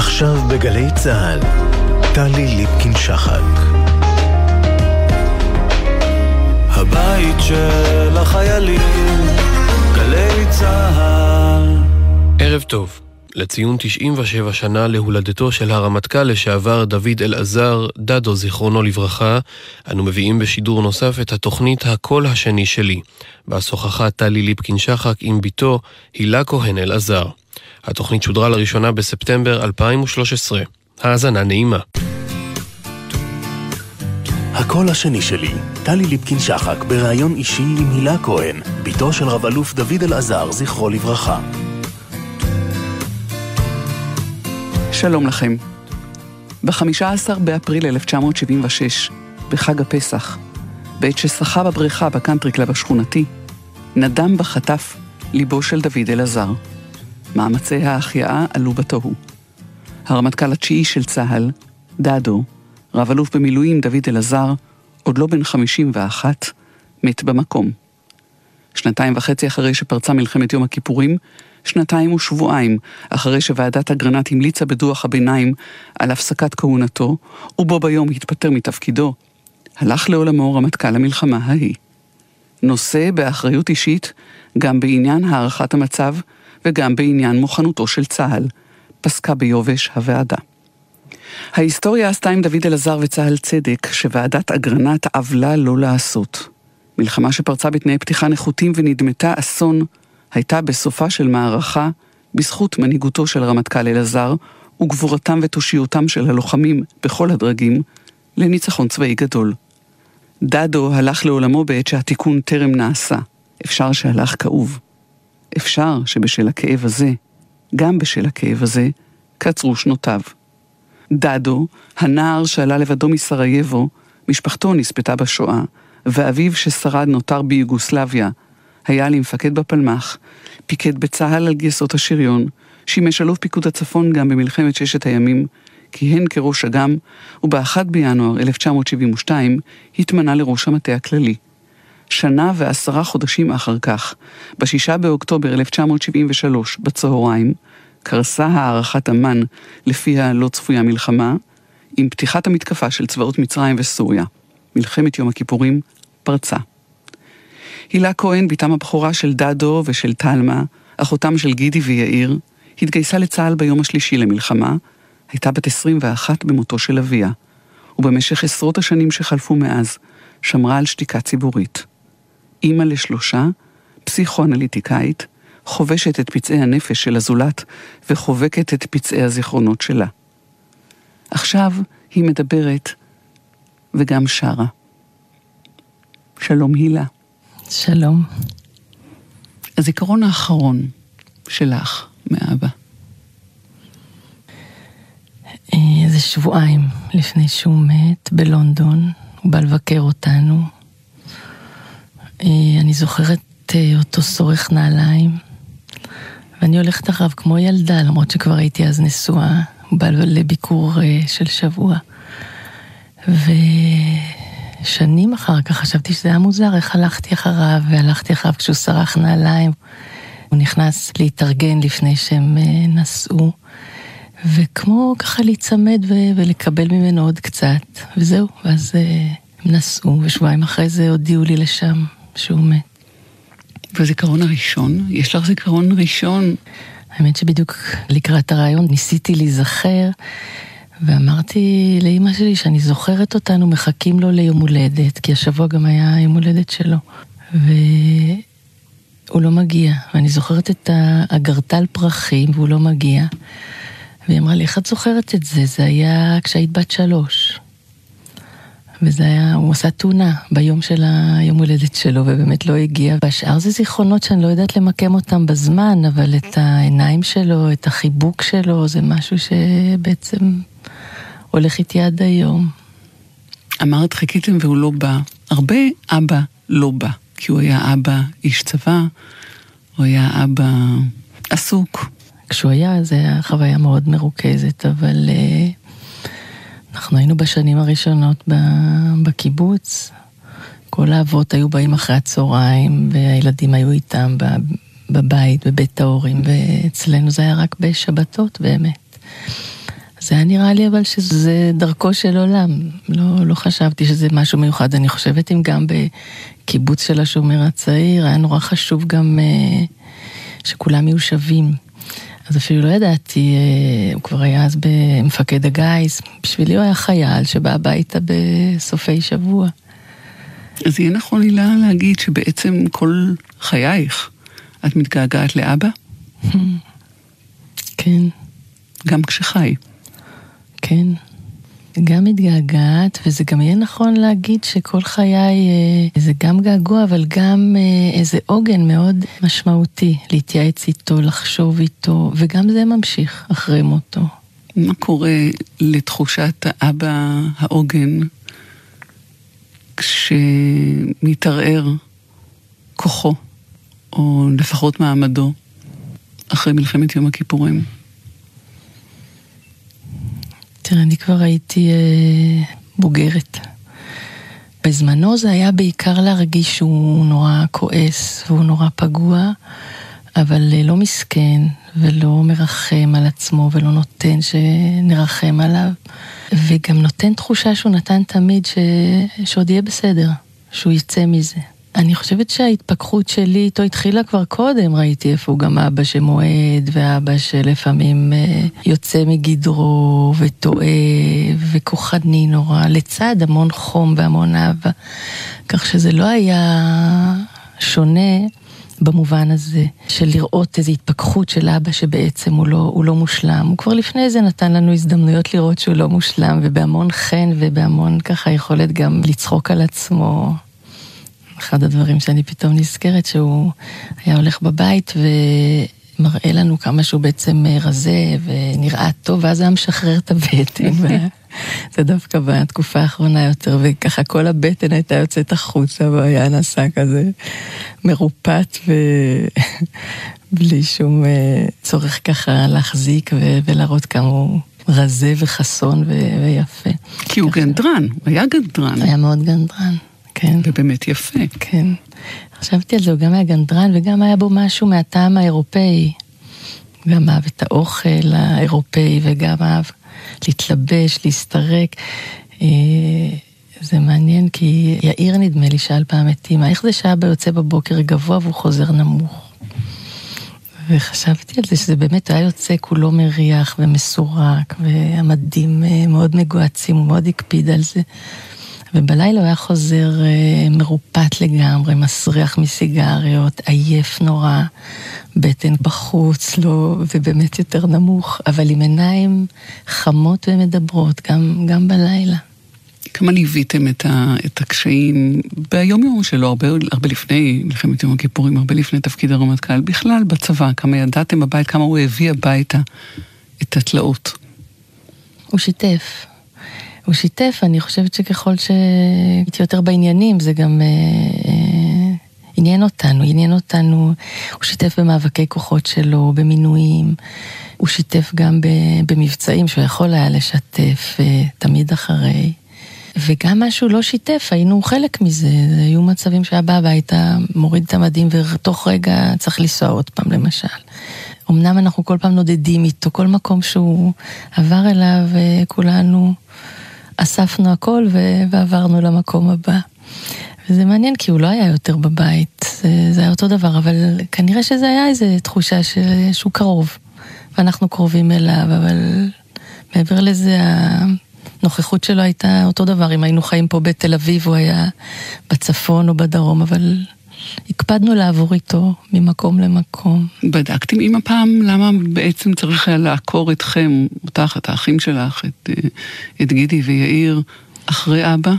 עכשיו בגלי צהל, טלי ליפקין-שחק. הבית של החיילים, גלי צהל. ערב טוב. לציון 97 שנה להולדתו של הרמטכ"ל לשעבר דוד אלעזר, דדו זיכרונו לברכה, אנו מביאים בשידור נוסף את התוכנית הקול השני שלי, בה שוחחה טלי ליפקין-שחק עם ביתו הילה כהן אלעזר. התוכנית שודרה לראשונה בספטמבר 2013. האזנה נעימה. הקול השני שלי, טלי ליפקין-שחק בראיון אישי עם הילה כהן, ביתו של רב אלוף דוד אלעזר זכרו לברכה. שלום לכם. ב-15 באפריל 1976, בחג הפסח, בעת ששחה בבריכה בקאנטרי קלאב השכונתי, נדם בחטף ליבו של דוד אלעזר. מאמצי ההחייאה עלו בתוהו. הרמטכ"ל התשיעי של צה"ל, דדו, רב אלוף במילואים דוד אלעזר, עוד לא בן 51, מת במקום. 2.5 אחרי שפרצה מלחמת יום הכיפורים, 2 ושבועיים אחרי שוועדת אגרנט המליצה בדוח הביניים על הפסקת כהונתו, ובו ביום התפטר מתפקידו, הלך לעולמו רמטכ"ל המלחמה ההיא. נושא באחריות אישית גם בעניין הערכת המצב וגם בעניין מוכנותו של צה"ל, פסקה ביובש הוועדה. ההיסטוריה עשתה עם דוד אלעזר וצה"ל צדק שוועדת אגרנט עוולה לא לעשות. מלחמה שפרצה בתנאי פתיחה נחותים ונדמתה אסון, הייתה בסופה של מערכה בזכות מנהיגותו של רמטכ"ל אלעזר וגבורתם ותושיותם של הלוחמים בכל הדרגים לניצחון צבאי גדול. דדו הלך לעולמו בעת שהתיקון טרם נעשה. אפשר שהלך כאוב. אפשר שבשל הכאב הזה, גם בשל הכאב הזה, קצרו שנותיו. דדו, הנער שעלה לבדו מסרייבו, משפחתו נספתה בשואה, ואביו ששרד נותר ביוגוסלביה, היה למפקד בפלמ"ח, פיקד בצהל על גייסות השריון, שימש אלוף פיקוד הצפון גם במלחמת ששת הימים, כיהן כראש אג"ם, וב-1 בינואר 1972 התמנה לראש המטה הכללי. 1 ו10 חודשים אחר כך, ב6 באוקטובר 1973 בצהריים, קרסה הערכת אמן לפיה לא צפויה מלחמה, עם פתיחת המתקפה של צבאות מצרים וסוריה. מלחמת יום הכיפורים פרצה. הילה כהן, ביתם הבכורה של דדו ושל תלמה, אחותם של גידי ויאיר, התגייסה לצה"ל ביום השלישי למלחמה, הייתה בת 21 במותו של אביה, ובמשך עשרות השנים שחלפו מאז, שמרה על שתיקה ציבורית. אמא ל3, פסיכואנליטיקאית, חובשת את פצעי הנפש של הזולת, וחובקת את פצעי הזיכרונות שלה. עכשיו היא מדברת, וגם שרה. שלום הילה. שלום. הזיכרון האחרון שלך מאבא. זה שבועיים לפני שהוא מת בלונדון, הוא בא לבקר אותנו. אני זוכרת אותו שורח נעליים, ואני הולכת אחריו כמו ילדה, למרות שכבר הייתי אז נשואה. הוא בא לביקור של שבוע. ושנים אחר כך חשבתי שזה היה מוזר, איך הלכתי אחריו, והלכתי אחריו כשהוא שרח נעליים. הוא נכנס להתארגן לפני שהם נסעו, וכמו ככה להצמד ולקבל ממנו עוד קצת, וזהו. ואז הם נסעו, ושבועיים אחרי זה הודיעו לי לשם שהוא מת. והזיכרון הראשון, יש לך זיכרון ראשון? האמת שבדיוק לקראת הרעיון ניסיתי להיזכר, ואמרתי לאמא שלי שאני זוכרת אותנו מחכים לו ליום הולדת, כי השבוע גם היה יום הולדת שלו. והוא לא מגיע, ואני זוכרת את הגרטל פרחים, והוא לא מגיע. והיא אמרה לי, איך את זוכרת את זה? זה היה כשהיית בת 3. וזה היה, הוא עשה תאונה ביום של היום הולדת שלו, ובאמת לא הגיע. והשאר זה זיכרונות שאני לא יודעת למקם אותם בזמן, אבל את העיניים שלו, את החיבוק שלו, זה משהו שבעצם הולך איתי עד היום. אמרת, חיכיתם והוא לא בא. הרבה אבא לא בא, כי הוא היה אבא איש צבא, הוא היה אבא עסוק. כשהוא היה, זה היה חוויה מאוד מרוכזת, אבל אנחנו היינו בשנים הראשונות בקיבוץ. כל האבות היו באים אחרי הצהריים, והילדים היו איתם בבית, בבית ההורים, ואצלנו זה היה רק בשבתות באמת. זה היה נראה לי אבל שזה דרכו של עולם. לא חשבתי שזה משהו מיוחד. אני חושבת אם גם בקיבוץ של השומר הצעיר, היה נורא חשוב גם שכולם יהיו שווים. אז אפילו לא ידעתי, הוא כבר היה אז במפקד הגיס, בשבילי הוא היה חייל שבא הביתה בסופי שבוע. אז יהיה נכון הילה להגיד שבעצם כל חייך את מתגעגעת לאבא? כן. גם כשחי? כן. גם מתגעגעת, וזה גם יהיה נכון להגיד שכל חיי זה גם געגוע, אבל גם איזה עוגן מאוד משמעותי, להתייעץ איתו, לחשוב איתו, וגם זה ממשיך אחרי מותו. מה קורה לתחושת האבא העוגן כשמתערער כוחו, או לפחות מעמדו, אחרי מלחמת יום הכיפורים? תראה, אני כבר הייתי בוגרת. בזמנו זה היה בעיקר להרגיש שהוא נורא כועס והוא נורא פגוע, אבל לא מסכן ולא מרחם על עצמו ולא נותן שנרחם עליו. וגם נותן תחושה שהוא נתן תמיד שעוד יהיה בסדר, שהוא יצא מזה. אני חושבת שההתפכחות שלי איתו התחילה כבר קודם, ראיתי איפה הוא גם אבא שמועד, ואבא שלפעמים יוצא מגדרו וטועה וכוחני נורא, לצד המון חום והמון אהבה, כך שזה לא היה שונה במובן הזה, של לראות איזו התפכחות של אבא שבעצם הוא לא מושלם. הוא כבר לפני זה נתן לנו הזדמנויות לראות שהוא לא מושלם, ובהמון חן ובהמון ככה יכולת גם לצחוק על עצמו. אחד הדברים שאני פתאום נזכרת שהוא היה הולך בבית ומראה לנו כמה שהוא בעצם רזה ונראה טוב, ואז היה משחרר את הבטן. זה דווקא בתקופה האחרונה יותר, וככה כל הבטן הייתה יוצאת החוצה, והיה נסע כזה מרופט ובלי שום צורך ככה להחזיק ולהראות כמה הוא רזה וחסון ויפה. כי הוא גנדרן, הוא היה גנדרן. היה מאוד גנדרן. כן. ובאמת יפה. כן. חשבתי על זה, הוא גם היה גנדרן, וגם היה בו משהו מהטעם האירופאי. גם אהב את האוכל האירופאי, וגם אהב להתלבש, להסתרק. זה מעניין, כי יאיר נדמה לי שאל פעם את אמא, איך זה שאבא יוצא בבוקר גבוה והוא חוזר נמוך? וחשבתי על זה שזה באמת היה יוצא כולו מריח ומסורק, והמדים מאוד מגועצים, הוא מאוד הקפיד על זה. ובלילה הוא היה חוזר מרופט לגמרי, מסריח מסיגריות, עייף נורא, בטן בחוץ, לא, ובאמת יותר נמוך, אבל עם עיניים חמות ומדברות, גם בלילה. כמה ליוויתם את הקשיים ביום יום שלו, הרבה לפני מלחמת יום הכיפורים, הרבה לפני תפקיד הרמטכ"ל, בכלל בצבא, כמה ידעתם בבית, כמה הוא הביא הביתה את התלאות? הוא שיתף. הוא שיתף, אני חושבת שככל שהייתי יותר בעניינים, זה גם עניין אותנו, הוא שיתף במאבקי כוחות שלו, במינויים, הוא שיתף גם במבצעים שהוא יכול היה לשתף תמיד אחרי, וגם מה שהוא לא שיתף, היינו חלק מזה, היו מצבים שהבא הביתה מוריד את המדים, ותוך רגע צריך לנסוע עוד פעם למשל. אמנם אנחנו כל פעם נודדים איתו, כל מקום שהוא עבר אליו, כולנו אספנו הכל ועברנו למקום הבא. וזה מעניין כי הוא לא היה יותר בבית, זה היה אותו דבר, אבל כנראה שזה היה איזו תחושה שהוא קרוב, ואנחנו קרובים אליו, אבל מעבר לזה הנוכחות שלו הייתה אותו דבר, אם היינו חיים פה בתל אביב, הוא היה בצפון או בדרום, אבל הקפדנו לעבור איתו ממקום למקום. בדקתם עם הפעם למה בעצם צריך היה לעקור אתכם, אותך, את האחים שלך, את גידי ויאיר, אחרי אבא?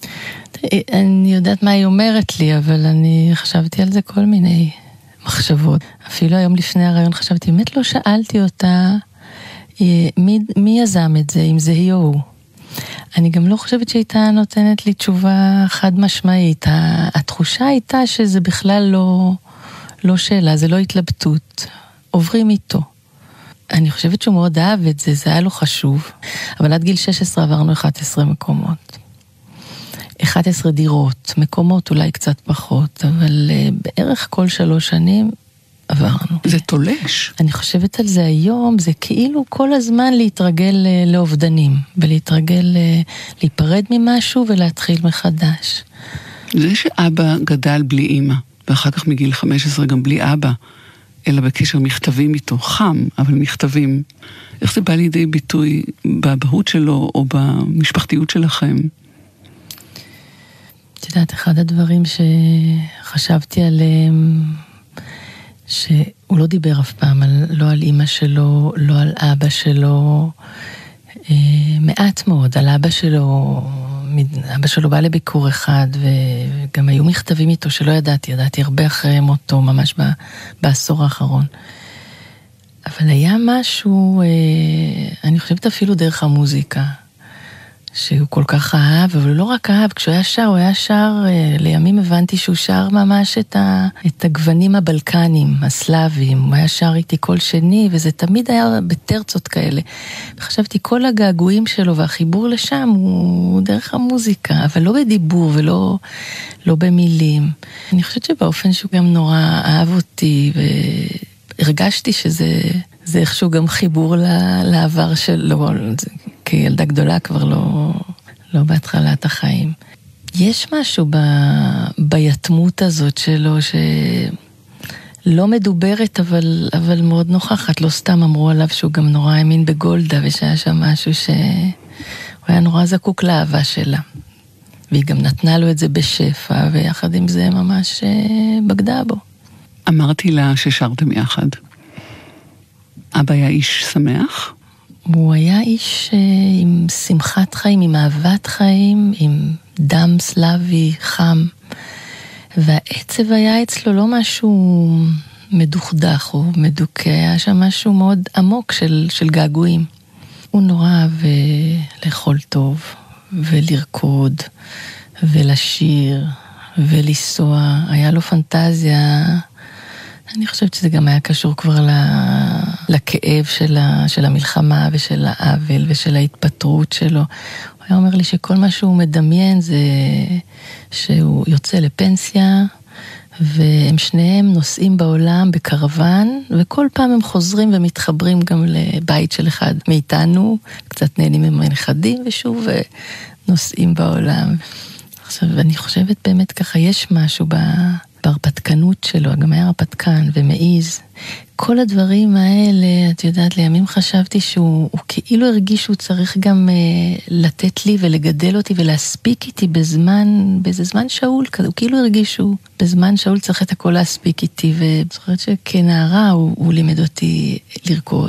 אני יודעת מה היא אומרת לי, אבל אני חשבתי על זה כל מיני מחשבות. אפילו היום לפני הרעיון חשבתי, באמת לא שאלתי אותה מי יזם את זה, אם זה היא או הוא. אני גם לא חושבת שהייתה נותנת לי תשובה חד משמעית. התחושה הייתה שזה בכלל לא שאלה, זה לא התלבטות. עוברים איתו. אני חושבת שהוא מאוד אהב את זה, זה היה לו חשוב. אבל עד גיל 16 עברנו 11 מקומות. 11 דירות, מקומות אולי קצת פחות, אבל בערך כל 3 שנים עברנו. זה תולש. אני חושבת על זה היום, זה כאילו כל הזמן להתרגל לאובדנים, ולהתרגל להיפרד ממשהו ולהתחיל מחדש. זה שאבא גדל בלי אמא, ואחר כך מגיל 15 גם בלי אבא, אלא בקשר מכתבים איתו, חם, אבל מכתבים. איך זה בא לידי ביטוי באבהות שלו או במשפחתיות שלכם? את יודעת, אחד הדברים שחשבתי עליהם, שהוא לא דיבר אף פעם, לא על אמא שלו, לא על אבא שלו, מעט מאוד, על אבא שלו בא לביקור אחד, וגם היו מכתבים איתו שלא ידעתי הרבה אחרי מותו, ממש בעשור האחרון. אבל היה משהו, אני חושבת אפילו דרך המוזיקה, שהוא כל כך אהב, אבל לא רק אהב, כשהוא היה שר, הוא היה שר, לימים הבנתי שהוא שר ממש את הגוונים הבלקנים, הסלאבים, הוא היה שר איתי כל שני, וזה תמיד היה בטרצות כאלה. וחשבתי, כל הגעגועים שלו והחיבור לשם הוא דרך המוזיקה, אבל לא בדיבור ולא במילים. אני חושבת שבאופן שהוא גם נורא אהב אותי, והרגשתי שזה איכשהו גם חיבור לעבר שלו, כילדה גדולה כבר לא בהתחלת החיים. יש משהו ביתמות הזאת שלו שלא מדוברת אבל מאוד נוכחת. לא סתם אמרו עליו שהוא גם נורא האמין בגולדה, ושהיה שם משהו שהוא היה נורא זקוק לאהבה שלה. והיא גם נתנה לו את זה בשפע, ויחד עם זה ממש בגדה בו. אמרתי לה ששרתם יחד. אבא היה איש שמח? הוא היה איש עם שמחת חיים, עם אהבת חיים, עם דם סלאבי חם. והעצב היה אצלו לא משהו מדוכדך או מדוכא, היה שם משהו מאוד עמוק של געגועים. הוא נורא אהב לאכול טוב, ולרקוד, ולשיר, ולנסוע. היה לו פנטזיה. אני חושבת שזה גם היה קשור כבר לכאב של המלחמה ושל העוול ושל ההתפטרות שלו. הוא היה אומר לי שכל מה שהוא מדמיין זה שהוא יוצא לפנסיה, והם שניהם נוסעים בעולם בקרוון, וכל פעם הם חוזרים ומתחברים גם לבית של אחד מאיתנו, קצת נהנים עם הנכדים, ושוב נוסעים בעולם. עכשיו, אני חושבת באמת ככה, יש משהו בהרפתקנות שלו, גם היה הרפתקן ומעיז. כל הדברים האלה, את יודעת, לימים חשבתי שהוא כאילו הרגיש שהוא צריך גם לתת לי ולגדל אותי ולהספיק איתי באיזה זמן שאול כזה. הוא כאילו הרגיש שהוא בזמן שאול צריך את הכל להספיק איתי, וזוכרת שכנערה הוא לימד אותי לרקוד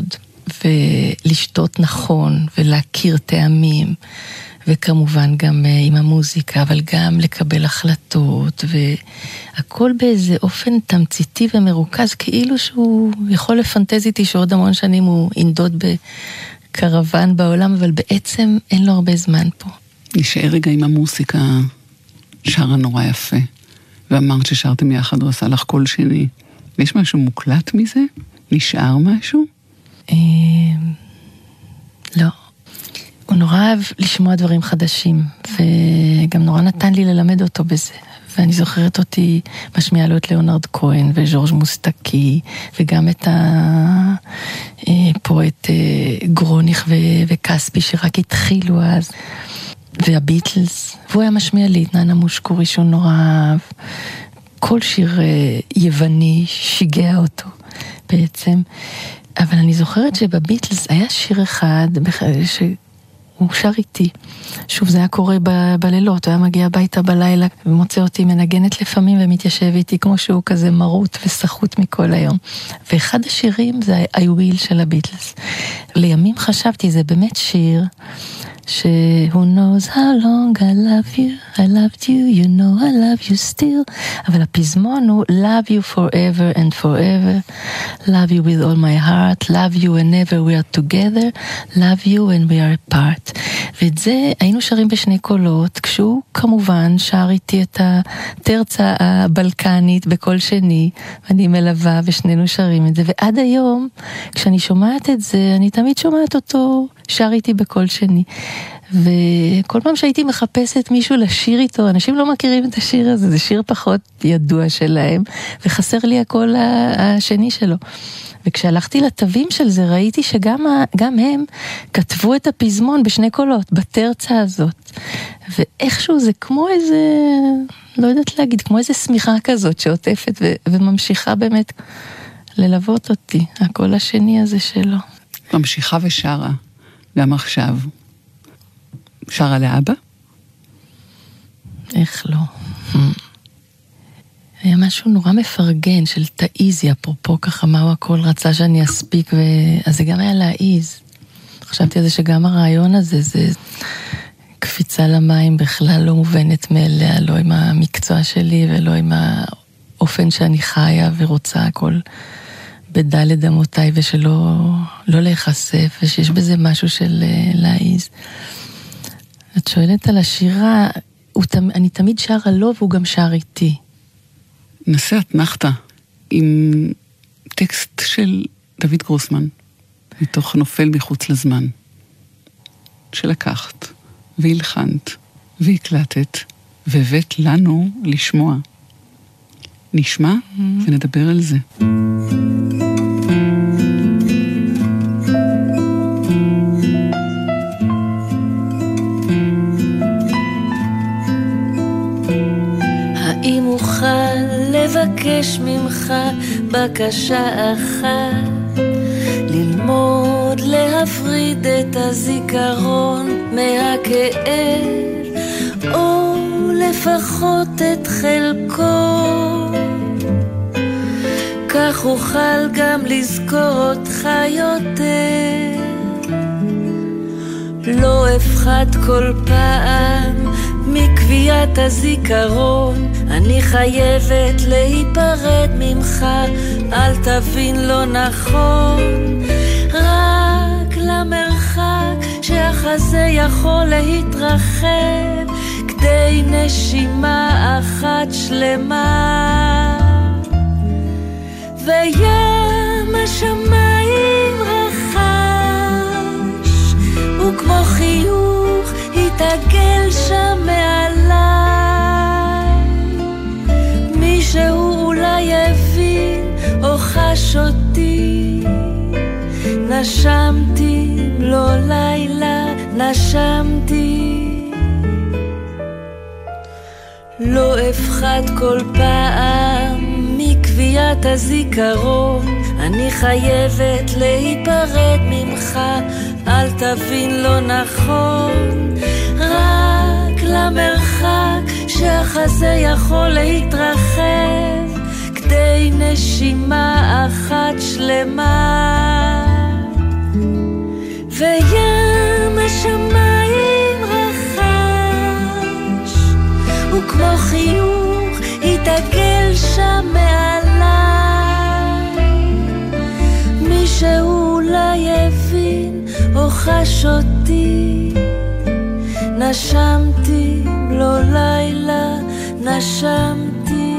ולשתות נכון ולהכיר טעמים. וכמובן גם עם המוזיקה, אבל גם לקבל החלטות, והכל באיזה אופן תמציתי ומרוכז, כאילו שהוא יכול לפנטז איתי שעוד המון שנים הוא ינדוד בקרוון בעולם, אבל בעצם אין לו הרבה זמן פה. נשאר רגע עם המוזיקה, שרה נורא יפה, ואמרת ששרתם יחד, הוא עשה לך קול שני. יש משהו מוקלט מזה? נשאר משהו? לא. הוא נורא אהב לשמוע דברים חדשים, וגם נורא נתן לי ללמד אותו בזה. ואני זוכרת אותי משמיעה לו את ליאונרד כהן וז'ורג' מוסטקי, וגם את הפואט גרוניך וקספי שרק התחילו אז, והביטלס. והוא היה משמיע לי את ננה מושקורי שהוא נורא אהב. כל שיר יווני שיגע אותו בעצם. אבל אני זוכרת שבביטלס היה שיר אחד הוא שר איתי. שוב, זה היה קורה בלילות, הוא היה מגיע הביתה בלילה ומוצא אותי מנגנת לפעמים ומתיישב איתי כמו שהוא כזה מרוט וסחוט מכל היום. ואחד השירים זה I Will של הביטלס. לימים חשבתי, זה באמת שיר who knows how long I love you, I loved you, you know I love you still. אבל הפזמון הוא love you forever and forever, love you with all my heart, love you whenever we are together, love you when we are apart. ואת זה היינו שרים בשני קולות, כשהוא כמובן שר איתי את הטרצה הבלקנית בקול שני, ואני מלווה ושנינו שרים את זה. ועד היום, כשאני שומעת את זה, אני תמיד שומעת אותו שר איתי בקול שני. וכל פעם שהייתי מחפשת מישהו לשיר איתו, אנשים לא מכירים את השיר הזה, זה שיר פחות ידוע שלהם, וחסר לי הקול השני שלו. וכשהלכתי לתווים של זה, ראיתי שגם הם כתבו את הפזמון בשני קולות, בתרצה הזאת. ואיכשהו זה כמו איזה, לא יודעת להגיד, כמו איזה סמיכה כזאת שעוטפת וממשיכה באמת ללוות אותי, הקול השני הזה שלו. ממשיכה ושרה, גם עכשיו. שרה לאבא? איך לא? היה משהו נורא מפרגן של תאיזי, אפרופו ככה מהו הכל רצה שאני אספיק, אז זה גם היה להעיז. חשבתי על זה שגם הרעיון הזה, זה קפיצה למים בכלל לא מובנת מאליה, לא עם המקצוע שלי ולא עם האופן שאני חיה ורוצה הכל בדלת אמותיי ושלא להיחשף, ושיש בזה משהו של להעיז. את שואלת על השירה, אני תמיד שרה לו והוא גם שר איתי. נעשה אתנחתה עם טקסט של דוד גרוסמן, מתוך נופל מחוץ לזמן, שלקחת והלחנת והקלטת והבאת לנו לשמוע. נשמע ונדבר על זה. לבקש ממך בקשה אחת, ללמוד להפריד את הזיכרון מהכאב, או לפחות את חלקו. כך אוכל גם לזכור אותך יותר. לא אפחד כל פעם מקביעת הזיכרון, אני חייבת להיפרד ממך, אל תבין לא נכון, רק למרחק שהחזה יכול להתרחב, כדי נשימה אחת שלמה. וים השמיים רחש, וכמו חיוך התעגל שם מעליי, מישהו אולי הבין או חש אותי. נשמתי לא לילה, נשמתי. לא אפחד כל פעם מקביעת הזיכרון, אני חייבת להיפרד ממך, אל תבין לא נכון, רק למרחק שהחזה יכול להתרחב, כדי נשימה אחת שלמה. וים השמיים רחש, וכמו חיוך התעגל שם מעליי, מישהו אולי הבין או חש אותי. נשמתי לא לילה, נשמתי.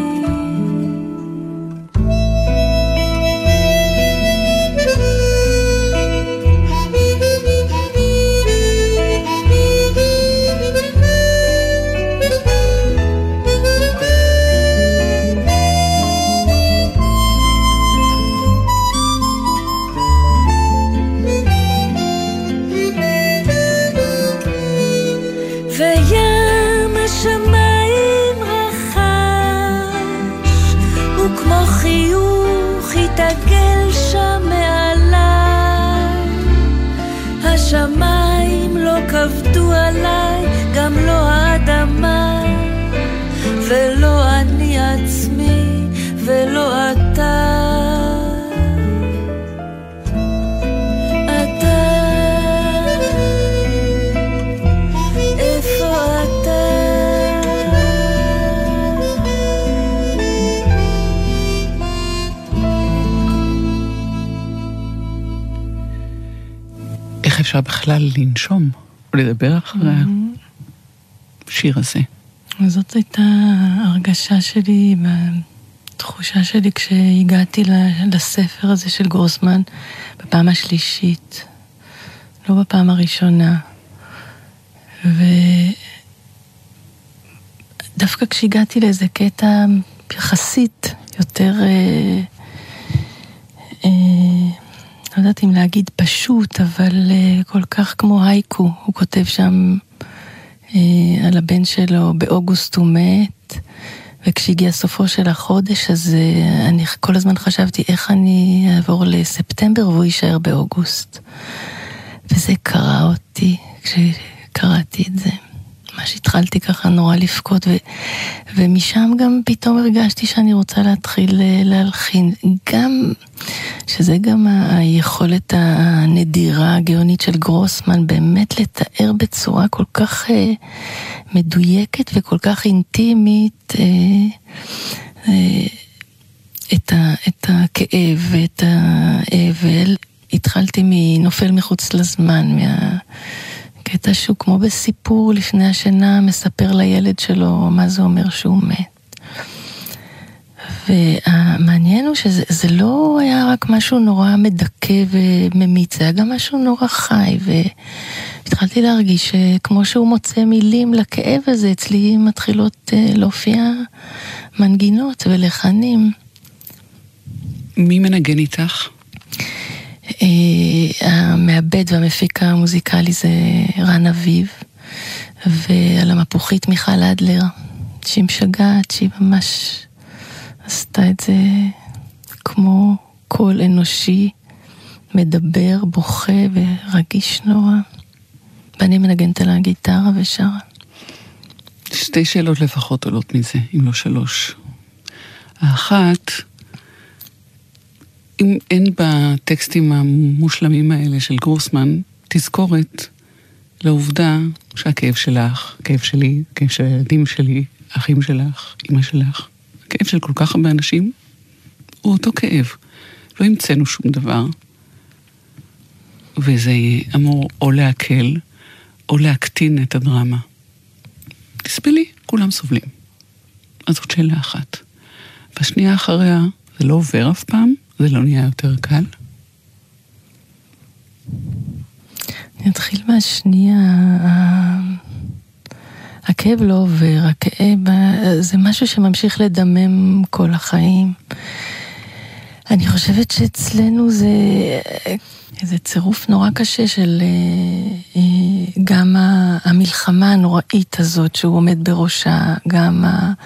וים השמיים רחש, וכמו חיוך התעגל שם מעליי, השמיים לא כבדו עליי, גם לא האדמה, ולא אני עצמי, ולא אתה. איך אפשר בכלל לנשום או לדבר אחרי השיר הזה? זאת הייתה הרגשה שלי, בתחושה שלי כשהגעתי לספר הזה של גרוסמן בפעם השלישית, לא בפעם הראשונה. ודווקא כשהגעתי לאיזה קטע יחסית יותר, לא יודעת אם להגיד פשוט, אבל כל כך כמו הייקו, הוא כותב שם על הבן שלו, באוגוסט הוא מת, וכשהגיע סופו של החודש, אז אני כל הזמן חשבתי איך אני אעבור לספטמבר והוא יישאר באוגוסט. וזה קרא אותי, כשקראתי את זה. ממש התחלתי ככה נורא לפקוט, ומשם גם פתאום הרגשתי שאני רוצה להתחיל להלחין. גם, שזה גם היכולת הנדירה, הגאונית של גרוסמן, באמת לתאר בצורה כל כך מדויקת וכל כך אינטימית את הכאב ואת האבל. התחלתי מנופל מחוץ לזמן, קטע שהוא כמו בסיפור לפני השינה, מספר לילד שלו מה זה אומר שהוא מת. והמעניין הוא שזה לא היה רק משהו נורא מדכא וממיץ, זה היה גם משהו נורא חי, והתחלתי להרגיש שכמו שהוא מוצא מילים לכאב הזה, אצלי מתחילות להופיע מנגינות ולחנים. מי מנגן איתך? המעבד והמפיק המוזיקלי זה רן אביב, ועל המפוחית מיכל אדלר, שהיא משגעת, שהיא ממש עשתה את זה כמו קול אנושי, מדבר, בוכה ורגיש נורא. ואני מנגנת על הגיטרה ושרה. 2 שאלות לפחות עולות מזה, אם לא 3. האחת, אם אין בטקסטים המושלמים האלה של גרוסמן תזכורת לעובדה שהכאב שלך, הכאב שלי, הכאב של הילדים שלי, האחים שלך, אמא שלך, הכאב של כל כך הרבה אנשים, הוא אותו כאב. לא המצאנו שום דבר, וזה אמור או להקל, או להקטין את הדרמה. תסבלי, כולם סובלים. אז זאת שאלה אחת. בשנייה אחריה, זה לא עובר אף פעם, זה לא נהיה יותר קל? אני אתחיל מהשנייה. הכאב לא עובר, הכאב זה משהו שממשיך לדמם כל החיים. אני חושבת שאצלנו זה איזה צירוף נורא קשה של גם המלחמה הנוראית הזאת שהוא עומד בראשה, גם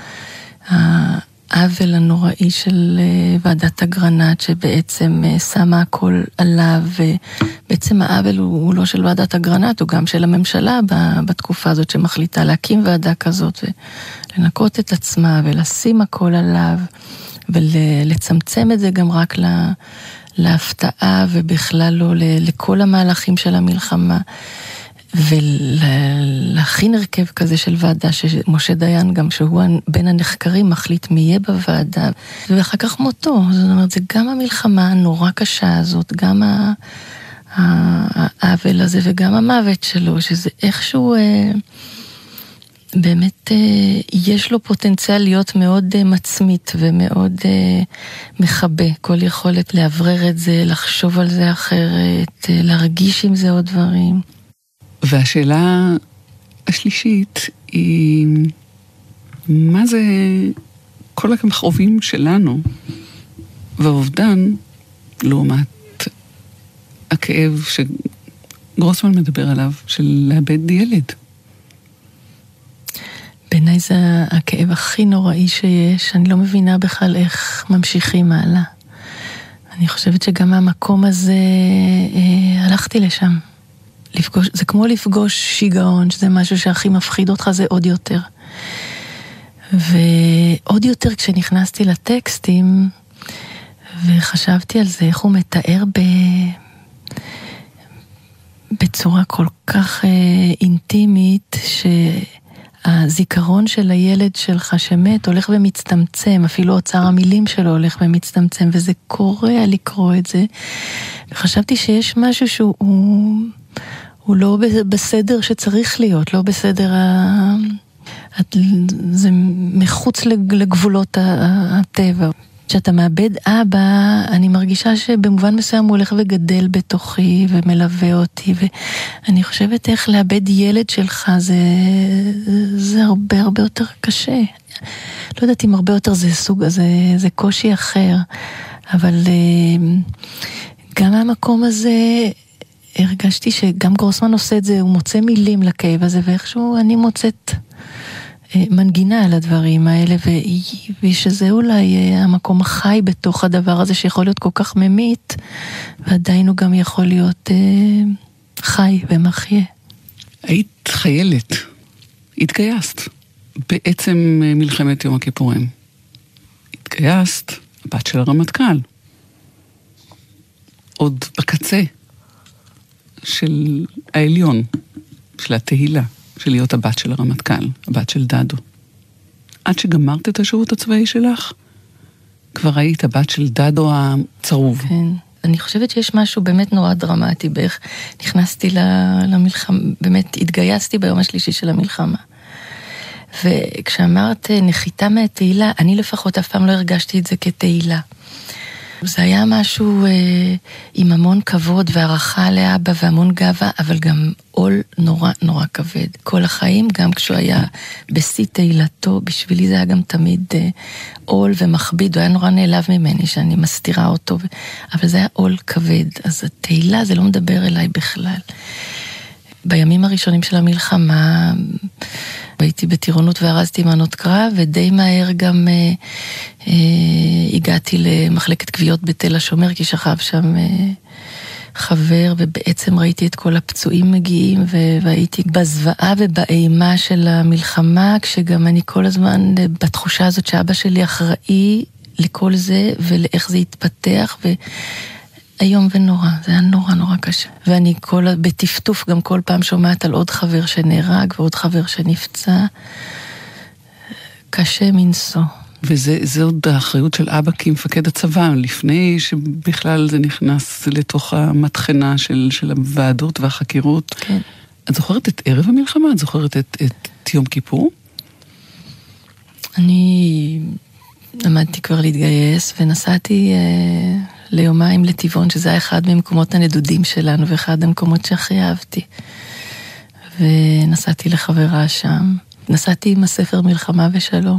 העוול הנוראי של ועדת אגרנט שבעצם שמה הכל עליו, ובעצם העוול הוא לא של ועדת אגרנט, הוא גם של הממשלה בתקופה הזאת שמחליטה להקים ועדה כזאת ולנקות את עצמה ולשים הכל עליו ולצמצם את זה גם רק להפתעה ובכלל לא לכל המהלכים של המלחמה, ולהכין הרכב כזה של ועדה שמשה דיין גם שהוא בין הנחקרים מחליט מי יהיה בוועדה, ואחר כך מותו. זאת אומרת, זה גם המלחמה הנורא קשה הזאת, גם העוול הזה וגם המוות שלו, שזה איכשהו באמת יש לו פוטנציאל להיות מאוד מצמית ומאוד מחבא, כל יכולת לעברר את זה, לחשוב על זה אחרת, להרגיש עם זה עוד דברים. והשאלה השלישית היא, מה זה כל המכאובים שלנו והאובדן לעומת הכאב שגרוסמן מדבר עליו, של לאבד ילד? בעיניי זה הכאב הכי נוראי שיש. אני לא מבינה בכלל איך ממשיכים הלאה. אני חושבת שגם מהמקום הזה הלכתי לשם. זה כמו לפגוש שיגעון, שזה משהו שהכי מפחיד אותך, זה עוד יותר. ועוד יותר כשנכנסתי לטקסטים, וחשבתי על זה, איך הוא מתאר בצורה כל כך אינטימית, שהזיכרון של הילד שלך שמת הולך ומצטמצם, אפילו אוצר המילים שלו הולך ומצטמצם, וזה קורא לקרוא את זה. וחשבתי שיש משהו שהוא לא בסדר שצריך להיות, לא בסדר, זה מחוץ לגבולות הטבע. כשאתה מאבד אבא, אני מרגישה שבמובן מסוים הוא הולך וגדל בתוכי ומלווה אותי, ואני חושבת איך לאבד ילד שלך זה הרבה הרבה יותר קשה. לא יודעת אם הרבה יותר זה סוג, זה קושי אחר, אבל גם המקום הזה הרגשתי שגם גרוסמן עושה את זה, הוא מוצא מילים לכאב הזה, ואיכשהו אני מוצאת מנגינה על הדברים האלה, ושזה אולי המקום החי בתוך הדבר הזה, שיכול להיות כל כך ממית, ועדיין הוא גם יכול להיות חי ומחיה. היית חיילת, התגייסת, בעצם מלחמת יום הכיפורים. התגייסת, הבת של הרמטכ"ל. עוד בקצה של העליון, של התהילה, של להיות הבת של הרמטכ"ל, הבת של דדו. עד שגמרת את השירות הצבאי שלך, כבר היית הבת של דדו הצרוב. כן. אני חושבת שיש משהו באמת נורא דרמטי באיך נכנסתי למלחמה, באמת התגייסתי ביום השלישי של המלחמה. וכשאמרת נחיתה מהתהילה, אני לפחות אף פעם לא הרגשתי את זה כתהילה. זה היה משהו עם המון כבוד והערכה לאבא והמון גאווה, אבל גם עול נורא נורא כבד. כל החיים, גם כשהוא היה בשיא תהילתו, בשבילי זה היה גם תמיד עול ומכביד, הוא היה נורא נעלב ממני שאני מסתירה אותו, אבל זה היה עול כבד, אז התהילה זה לא מדבר אליי בכלל. בימים הראשונים של המלחמה, הייתי בטירונות והרזתי מנות קרב, ודי מהר גם הגעתי למחלקת קביעות בתל השומר, כי שכב שם חבר, ובעצם ראיתי את כל הפצועים מגיעים, והייתי בזוועה ובאימה של המלחמה, כשגם אני כל הזמן בתחושה הזאת שאבא שלי אחראי לכל זה, ולאיך זה התפתח, איום ונורא, זה היה נורא נורא קשה. ואני בטפטוף גם כל פעם שומעת על עוד חבר שנהרג ועוד חבר שנפצע. קשה מנסו. וזה עוד האחריות של אבא כמפקד הצבא, לפני שבכלל זה נכנס לתוך המתחנה של הוועדות והחקירות. כן. את זוכרת את ערב המלחמה? את זוכרת את יום כיפור? אני למדתי כבר להתגייס ונסעתי ליומיים לטבעון, שזה היה אחד ממקומות הנדודים שלנו, ואחד המקומות שהכי אהבתי. ונסעתי לחברה שם. נסעתי עם הספר מלחמה ושלום.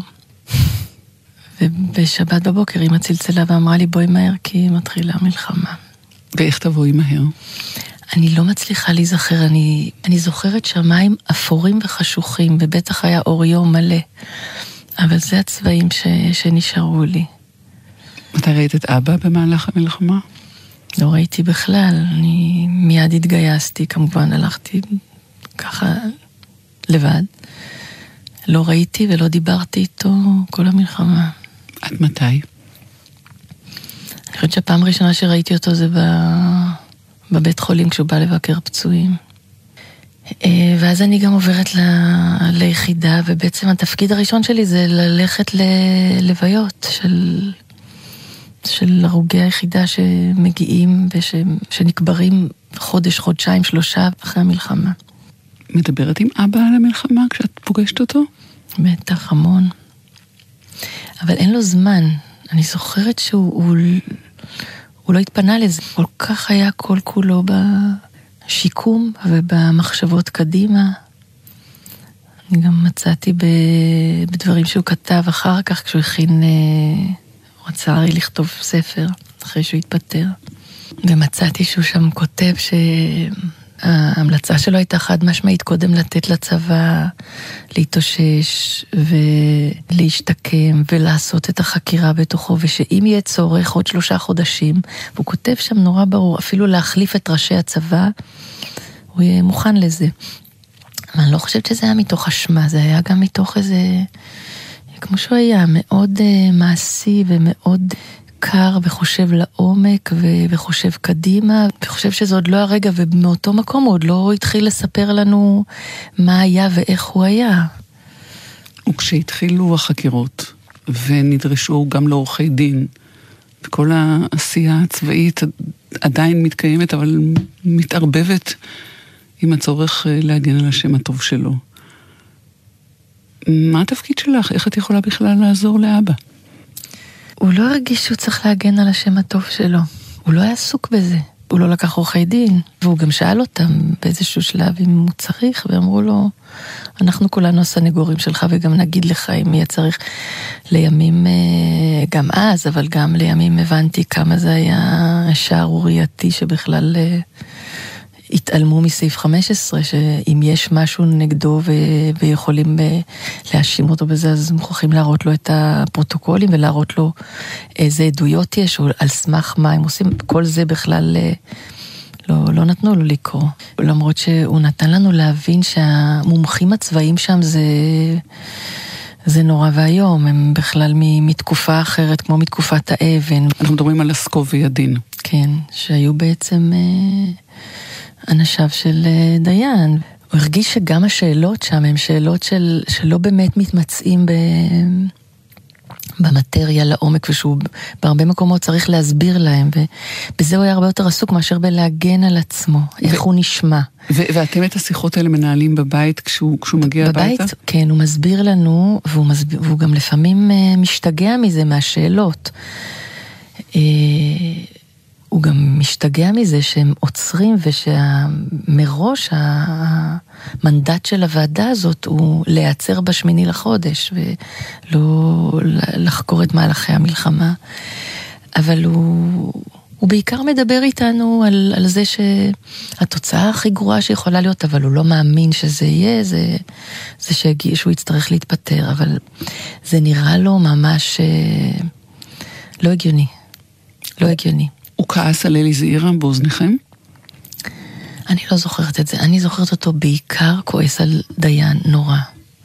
ובשבת בבוקר אמא צלצלה ואמרה לי בואי מהר, כי מתחילה מלחמה. ואיך תבואי מהר? אני לא מצליחה להיזכר, אני זוכרת שמיים אפורים וחשוכים, ובטח היה אור יום מלא. אבל זה הצבעים שנשארו לי. מתי ראית את אבא במהלך המלחמה? לא ראיתי בכלל, אני מיד התגייסתי, כמובן הלכתי ככה לבד. לא ראיתי ולא דיברתי איתו כל המלחמה. עד מתי? אני חושבת שהפעם הראשונה שראיתי אותו זה בבית חולים כשהוא בא לבקר פצועים. ואז אני גם עוברת ליחידה, ובעצם התפקיד הראשון שלי זה ללכת ללוויות של הרוגי היחידה שמגיעים ושנקברים חודש, חודשיים, 3 אחרי המלחמה. מדברת עם אבא על המלחמה כשאת פוגשת אותו? בטח, המון. אבל אין לו זמן. אני זוכרת שהוא לא התפנה לזה. כל כך היה כל כולו בשיקום ובמחשבות קדימה. אני גם מצאתי בדברים שהוא כתב אחר כך, כשהוא הכין, הוא רצה הרי לכתוב ספר אחרי שהוא התפטר. ומצאתי שהוא שם כותב ההמלצה שלו הייתה חד משמעית, קודם לתת לצבא להתאושש ולהשתקם ולעשות את החקירה בתוכו, ושאם יהיה צורך עוד 3 חודשים, והוא כותב שם נורא ברור, אפילו להחליף את ראשי הצבא, הוא יהיה מוכן לזה. אבל אני לא חושבת שזה היה מתוך אשמה, זה היה גם מתוך איזה, כמו שהוא היה, מאוד מעשי ומאוד קר וחושב לעומק וחושב קדימה, וחושב שזה עוד לא הרגע, ומאותו מקום הוא עוד לא התחיל לספר לנו מה היה ואיך הוא היה. וכשהתחילו החקירות, ונדרשו גם לעורכי דין, וכל העשייה הצבאית עדיין מתקיימת, אבל מתערבבת עם הצורך להגן על השם הטוב שלו. מה התפקיד שלך? איך את יכולה בכלל לעזור לאבא? הוא לא הרגיש שהוא צריך להגן על השם הטוב שלו. הוא לא היה עסוק בזה. הוא לא לקח עורכי דין, והוא גם שאל אותם באיזשהו שלב אם הוא צריך, ואמרו לו, אנחנו כולנו הסנגורים שלך, וגם נגיד לך אם יהיה צריך לימים, גם אז, אבל גם לימים הבנתי כמה זה היה שערורייתי, שבכלל התעלמו מסעיף 15, שאם יש משהו נגדו ויכולים להאשים אותו בזה, אז מוכרחים להראות לו את הפרוטוקולים, ולהראות לו איזה עדויות יש, או על סמך מה הם עושים, כל זה בכלל לא נתנו לו לקרוא. למרות שהוא נתן לנו להבין שהמומחים הצבאיים שם זה נורא והיום, הם בכלל מתקופה אחרת, כמו מתקופת האבן. אנחנו מדברים על אסקוב וידין. כן, שהיו בעצם אנשיו של דיין. הוא הרגיש שגם השאלות שם הן שאלות שלא באמת מתמצאים במטריה לעומק, ושהוא בהרבה מקומות צריך להסביר להם, ובזה הוא היה הרבה יותר עסוק מאשר בלהגן על עצמו, איך הוא נשמע. ואתם את השיחות האלה מנהלים בבית כשהוא מגיע הביתה? בבית, כן, הוא מסביר לנו, והוא גם לפעמים משתגע מזה, מהשאלות. הוא גם משתגע מזה שהם עוצרים, ושמראש המנדט של הוועדה הזאת הוא להיעצר ב8 לחודש, ולא לחקור את מהלכי המלחמה. אבל הוא בעיקר מדבר איתנו על זה שהתוצאה הכי גרועה שיכולה להיות, אבל הוא לא מאמין שזה יהיה, זה שהוא יצטרך להתפטר, אבל זה נראה לו ממש לא הגיוני. לא הגיוני. הוא כעס על אלי זעירא באוזניכם? אני לא זוכרת את זה. אני זוכרת אותו בעיקר כועס על דיין נורא.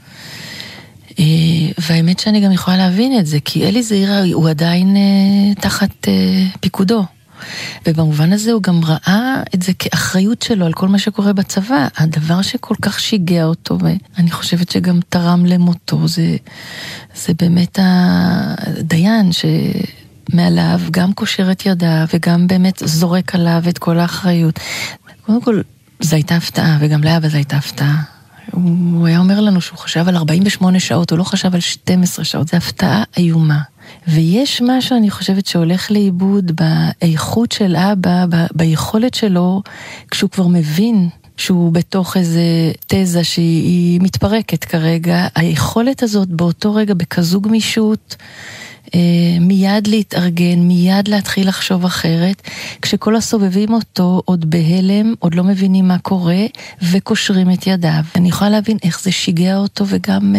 והאמת שאני גם יכולה להבין את זה, כי אלי זעירא הוא עדיין תחת פיקודו. ובמובן הזה הוא גם ראה את זה כאחריות שלו על כל מה שקורה בצבא. הדבר שכל כך שיגע אותו, ואני חושבת שגם תרם למותו, זה באמת הדיין מעליו גם קושר את ידה, וגם באמת זורק עליו את כל האחריות. קודם כל, זו הייתה הפתעה, וגם לאבא זו הייתה הפתעה. הוא היה אומר לנו שהוא חשב על 48 שעות, הוא לא חשב על 12 שעות, זו הפתעה איומה. ויש משהו, אני חושבת, שהולך לאיבוד באיכות של אבא, ביכולת שלו, כשהוא כבר מבין שהוא בתוך איזה תזה שהיא מתפרקת כרגע, היכולת הזאת באותו רגע בכזו גמישות, מיד להתארגן, מיד להתחיל לחשוב אחרת, כשכל הסובבים אותו עוד בהלם, עוד לא מבינים מה קורה, וקושרים את ידיו. אני יכולה להבין איך זה שיגע אותו, וגם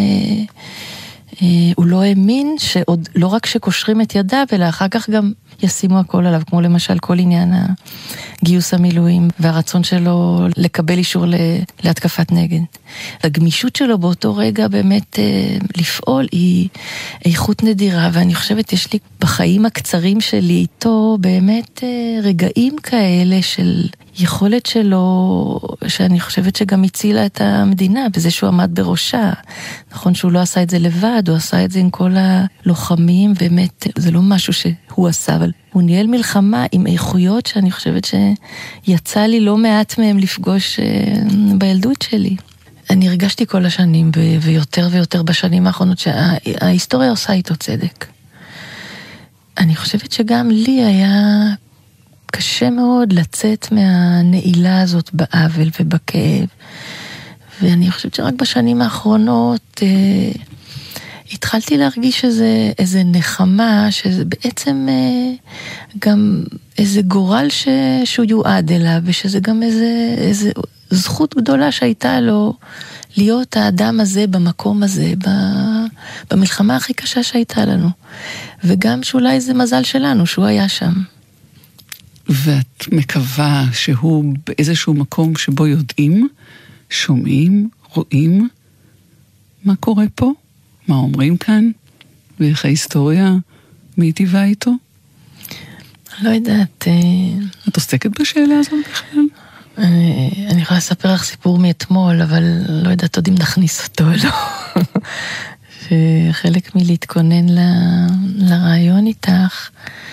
הוא לא האמין שעוד לא רק שקושרים את ידיו, אלא אחר כך גם ישימו הכל עליו, כמו למשל כל עניין גיוס המילואים, והרצון שלו לקבל אישור להתקפת נגד. הגמישות שלו באותו רגע באמת לפעול היא איכות נדירה, ואני חושבת יש לי בחיים הקצרים שלי איתו באמת רגעים כאלה של יכולת שלו, שאני חושבת שגם הצילה את המדינה, בזה שהוא עמד בראשה. נכון שהוא לא עשה את זה לבד, הוא עשה את זה עם כל הלוחמים, באמת זה לא משהו שהוא עשה, אבל הוא ניהל מלחמה עם איכויות שאני חושבת שיצא לי לא מעט מהם לפגוש בילדות שלי. אני הרגשתי כל השנים, ויותר ויותר בשנים האחרונות, שההיסטוריה עושה איתו צדק. אני חושבת שגם לי היה קשה מאוד לצאת מהנעילה הזאת בעוול ובכאב. ואני חושבת שרק בשנים האחרונות התחלתי להרגיש איזה נחמה, שזה בעצם גם איזה גורל שהוא יועד אליו, ושזה גם איזה זכות גדולה שהייתה לו להיות האדם הזה במקום הזה, במלחמה הכי קשה שהייתה לנו. וגם שאולי זה מזל שלנו, שהוא היה שם. ואת מקווה שהוא באיזשהו מקום שבו יודעים, שומעים, רואים מה קורה פה, מה אומרים כאן, ואיך ההיסטוריה מיטיבה איתו? לא יודעת. את עוסקת בשאלה הזאת בכלל? אני יכולה לספר לך סיפור מאתמול, אבל לא יודעת עוד אם נכניס אותו או לא. שחלק מלהתכונן לרעיון איתך,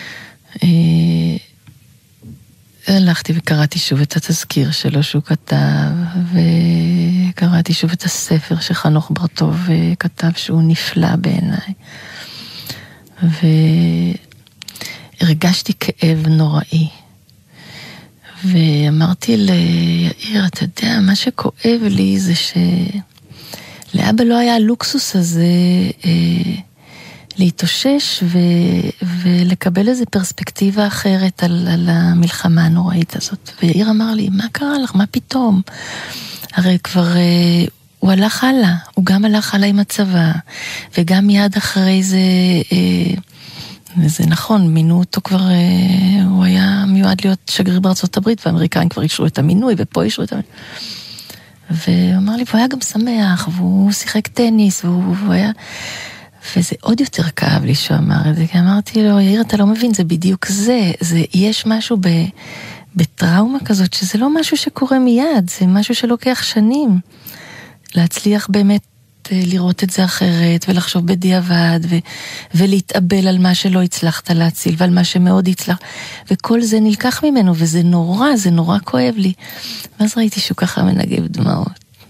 הלכתי וקראתי שוב את התזכיר שלו שהוא כתב, וקראתי שוב את הספר שחנוך בר-טוב כתב שהוא נפלא בעיניי. והרגשתי כאב נוראי. ואמרתי ליאיר, אתה יודע, מה שכואב לי זה שלאבא לא היה הלוקסוס הזה להתאושש ולקבל איזו פרספקטיבה אחרת על המלחמה הנוראית הזאת. ויאיר אמר לי, מה קרה לך? מה פתאום? הרי כבר הוא הלך הלאה, הוא גם הלך הלאה עם הצבא, וגם מיד אחרי זה, וזה נכון, מינו אותו כבר, הוא היה מיועד להיות שגריר בארצות הברית, והאמריקאים כבר אישרו את המינוי, ופה אישרו את המינוי. והוא אמר לי, והוא היה גם שמח, והוא שיחק טניס, והוא היה... וזה עוד יותר כאב לי שהוא אמר את זה, כי אמרתי לו, יאיר, אתה לא מבין, זה בדיוק זה, יש משהו בטראומה כזאת, שזה לא משהו שקורה מיד, זה משהו שלוקח שנים. להצליח באמת לראות את זה אחרת, ולחשוב בדיעבד, ולהתאבל על מה שלא הצלחת להציל, ועל מה שמאוד הצלח, וכל זה נלקח ממנו, וזה נורא, זה נורא כואב לי. ואז ראיתי שהוא ככה מנגב דמעות.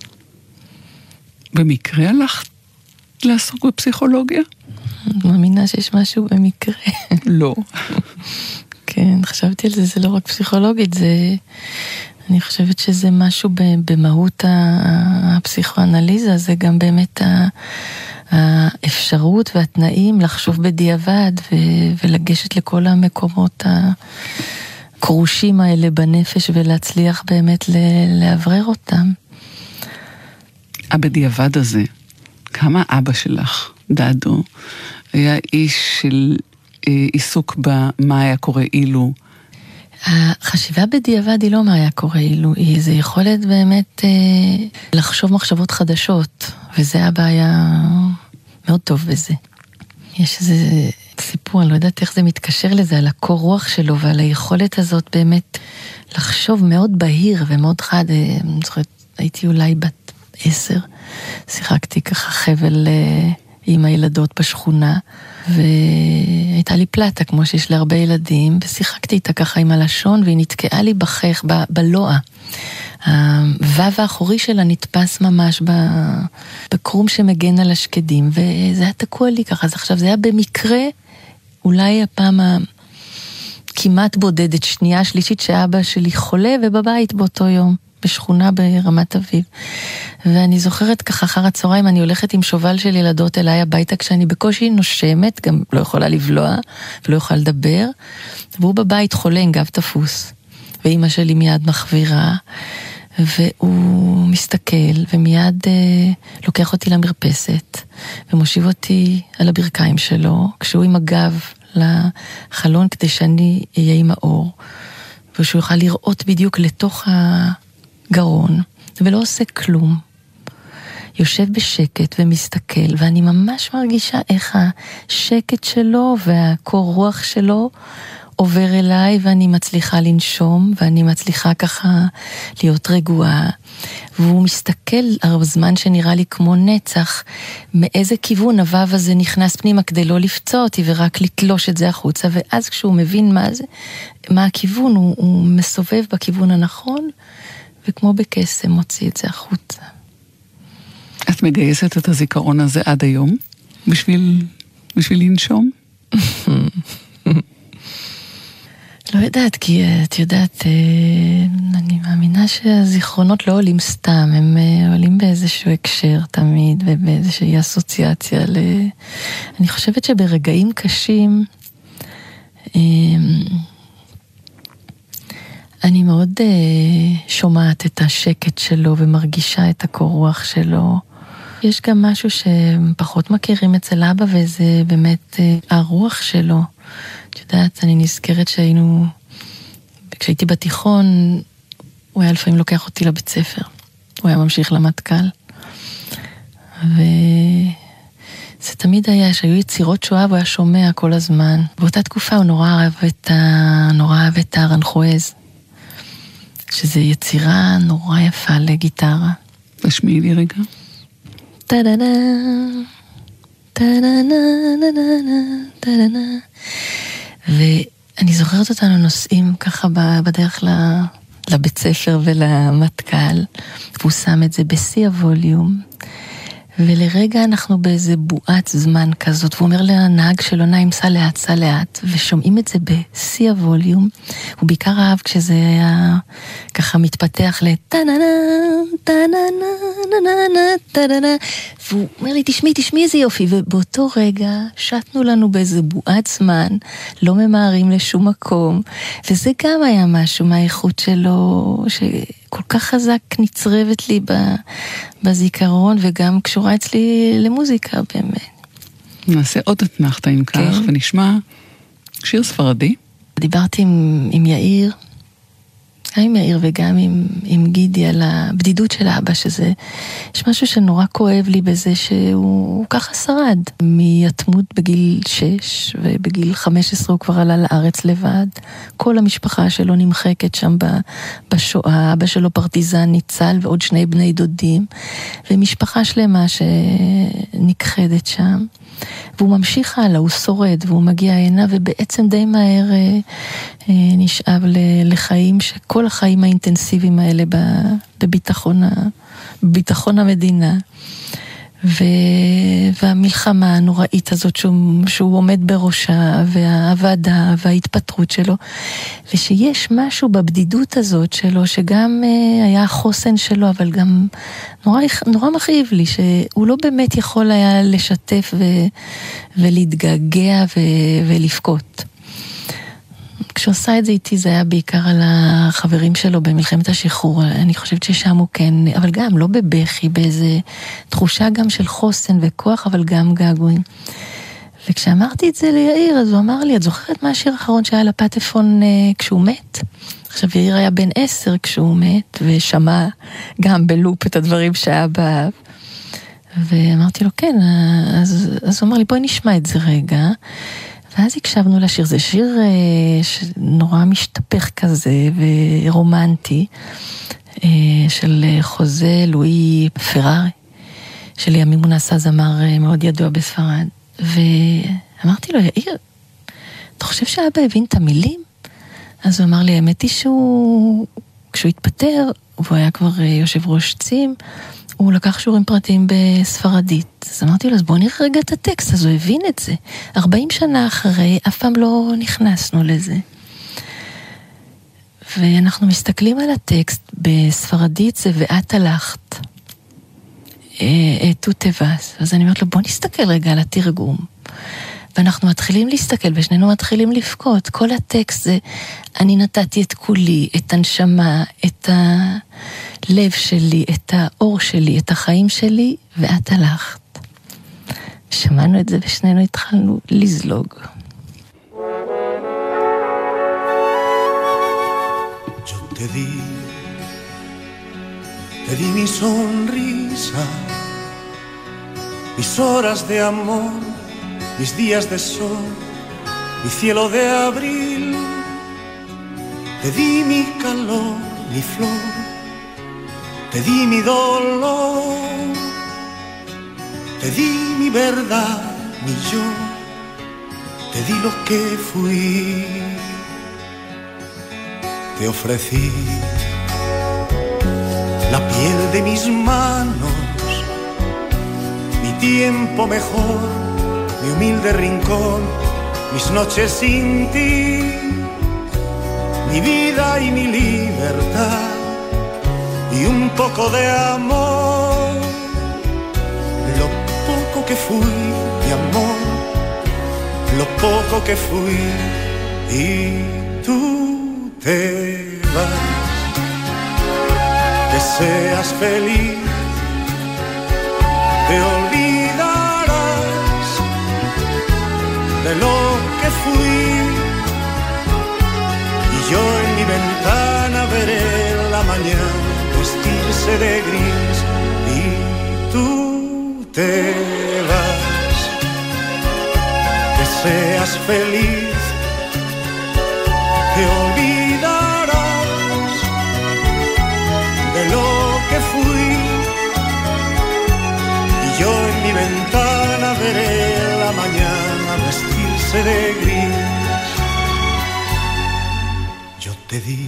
במקרה הלכת לעסוק בפסיכולוגיה? מאמינה שיש משהו במקרה. לא. כן, חשבתי על זה, זה לא רק פסיכולוגית, אני חושבת שזה משהו במהות הפסיכואנליזה, זה גם באמת האפשרות והתנאים לחשוב בדיעבד ולגשת לכל המקומות הקרושים האלה בנפש ולהצליח באמת לעברר אותם. הבדיעבד הזה, כמה אבא שלך, דדו, היה איש של עיסוק במה היה קורה אילו? החשיבה בדיעבד היא לא מה היה קורה אילו, זה יכולת באמת לחשוב מחשבות חדשות, וזה הבעיה מאוד טוב בזה. יש איזה סיפור, אני לא יודעת איך זה מתקשר לזה, על הקור רוח שלו ועל היכולת הזאת באמת לחשוב מאוד בהיר ומאוד חד. אני זוכרת, הייתי אולי בת 10, שיחקתי ככה חבל עם הילדות בשכונה, והייתה לי פלטה כמו שיש להרבה ילדים, ושיחקתי איתה ככה עם הלשון, והיא נתקעה לי בחך, בלואה. הוו האחורי שלה נתפס ממש בקרום שמגן על השקדים, וזה היה תקוע לי ככה. אז עכשיו זה היה במקרה, אולי הפעם כמעט בודדת, שנייה, שלישית, שאבא שלי חולה ובבית באותו יום. בשכונה ברמת אביב. ואני זוכרת ככה אחר הצהריים, אני הולכת עם שובל של ילדות אליי הביתה, כשאני בקושי נושמת, גם לא יכולה לבלוע, ולא יכולה לדבר, והוא בבית חולה עם גב תפוס. ואמא שלי מיד מחבירה, והוא מסתכל, ומיד לוקח אותי למרפסת, ומושיב אותי על הברכיים שלו, כשהוא עם הגב לחלון, כדי שאני אהיה עם האור, ושהוא יוכל לראות בדיוק לתוך גרון, ולא עושה כלום. יושב בשקט ומסתכל, ואני ממש מרגישה איך השקט שלו והקור רוח שלו עובר אליי, ואני מצליחה לנשום, ואני מצליחה ככה להיות רגועה. והוא מסתכל על זמן שנראה לי כמו נצח, מאיזה כיוון הוו הזה נכנס פנימה כדי לא לפצוע אותי, ורק לתלוש את זה החוצה, ואז כשהוא מבין מה זה, מה הכיוון, הוא מסובב בכיוון הנכון, וכמו בקסם מוציא את זה החוצה. את מגייסת את הזיכרון הזה עד היום? בשביל לנשום? לא יודעת, כי את יודעת, אני מאמינה שהזיכרונות לא עולים סתם, הם עולים באיזשהו הקשר תמיד, ובאיזושהי אסוציאציה. אני חושבת שברגעים קשים, אני מאוד שומעת את השקט שלו ומרגישה את הקור רוח שלו. יש גם משהו שפחות מכירים אצל אבא, וזה באמת הרוח שלו. את יודעת, אני נזכרת כשהייתי בתיכון, הוא היה לפעמים לוקח אותי לבית ספר. הוא היה ממשיך למטכ"ל. וזה תמיד היה, שהיו יצירות שואה, והוא היה שומע כל הזמן. באותה תקופה הוא נורא אהב את הארנחואז. שזו יצירה נורא יפה לגיטרה. תשמיעי לי רגע. טה-דה-דה, טה-דה-דה, ואני זוכרת אותנו נוסעים ככה בדרך לבית ספר ולמטכ"ל, והוא שם את זה בשיא הווליום, ולרגע אנחנו באיזה בועת זמן כזאת, והוא אומר לנהג שלו, נעים, סע לאט, סע לאט, ושומעים את זה בשיא הווליום, הוא בעיקר אהב כשזה היה ככה מתפתח לטננה, טננה, טננה, טננה, והוא אומר לי, תשמעי איזה יופי, ובאותו רגע שטנו לנו באיזה בועת זמן, לא ממהרים לשום מקום, וזה גם היה משהו מהאיכות שלו, שכל כך חזק נצרבת לי בזיכרון, וגם קשורה אצלי למוזיקה באמת. נעשה עוד אתנחתא אם כך, ונשמע שיר ספרדי. דיברתי עם יאיר, גם עם יאיר וגם עם גידי על הבדידות של האבא, שזה, יש משהו שנורא כואב לי בזה שהוא ככה שרד. מיתמות בגיל 6 ובגיל 15 הוא כבר עלה לארץ לבד. כל המשפחה שלו נמחקת שם בשואה, אבא שלו פרטיזן ניצל ועוד 2 בני דודים, ומשפחה שלמה שנכחדת שם. והוא ממשיך הלאה, הוא שורד, והוא מגיע הנה, ובעצם די מהר נשאב לחיים, שכל החיים האינטנסיביים האלה בביטחון המדינה. והמלחמה הנוראית הזאת שהוא עומד בראשה, והעבודה וההתפטרות שלו, ושיש משהו בבדידות הזאת שלו, שגם היה החוסן שלו, אבל גם נורא מכאיב לי, שהוא לא באמת יכול היה לשתף ולהתגעגע ולפקות. כשהוא עשה את זה איתי, זה היה בעיקר על החברים שלו במלחמת השחרור. אני חושבת ששם הוא כן, אבל גם לא בבכי, באיזה תחושה גם של חוסן וכוח, אבל גם געגועים. וכשאמרתי את זה ליאיר, אז הוא אמר לי, את זוכרת מה השיר האחרון שהיה לפטפון כשהוא מת? עכשיו, יאיר היה בן 10 כשהוא מת, ושמע גם בלופ את הדברים שהיה באב. ואמרתי לו, כן, אז הוא אמר לי, בואי נשמע את זה רגע. ואז הקשבנו לשיר, זה שיר שנורא משתפך כזה ורומנטי, של חוזה לואי פרארי, שלימים הוא נעשה זמר מאוד ידוע בספרד. ואמרתי לו, יאיר, אתה חושב שאבא הבין את המילים? אז הוא אמר לי, האמת היא כשהוא התפטר, והוא היה כבר יושב ראש צים, הוא לקח שיעורים פרטיים בספרדית. אז אמרתי לו, אז בוא נראה רגע את הטקסט, אז הוא הבין את זה. 40 שנה אחרי, אף פעם לא נכנסנו לזה. ואנחנו מסתכלים על הטקסט, בספרדית זה ואת הלכת. תו תבס. אז אני אומרת לו, בוא נסתכל רגע על התרגום. ואנחנו מתחילים להסתכל, ושנינו מתחילים לפקות. כל הטקסט זה, אני נתתי את כולי, את הנשמה, את הלב שלי, את האור שלי, את החיים שלי, ואת הלכת. שמענו את זה, ושנינו התחלנו לזלוג. Te di mi sonrisa, mis horas de amor, mis días de sol, mi cielo de abril. Te di mi calor, mi flor, te di mi dolor, te di mi verdad, mi yo, te di lo que fui. Te ofrecí la piel de mis manos, mi tiempo mejor, mi humilde rincón, mis noches sin ti, mi vida y mi libertad, y un poco de amor, lo poco que fui, mi amor, lo poco que fui, y tú te vas. Que seas feliz, te olvidarás de lo que fui, y yo en mi ventana veré la mañana vestirse de gris, y tú te vas. Que seas feliz, te olvidarás de lo que fui, y yo en mi ventana veré la mañana vestirse de gris. Yo te di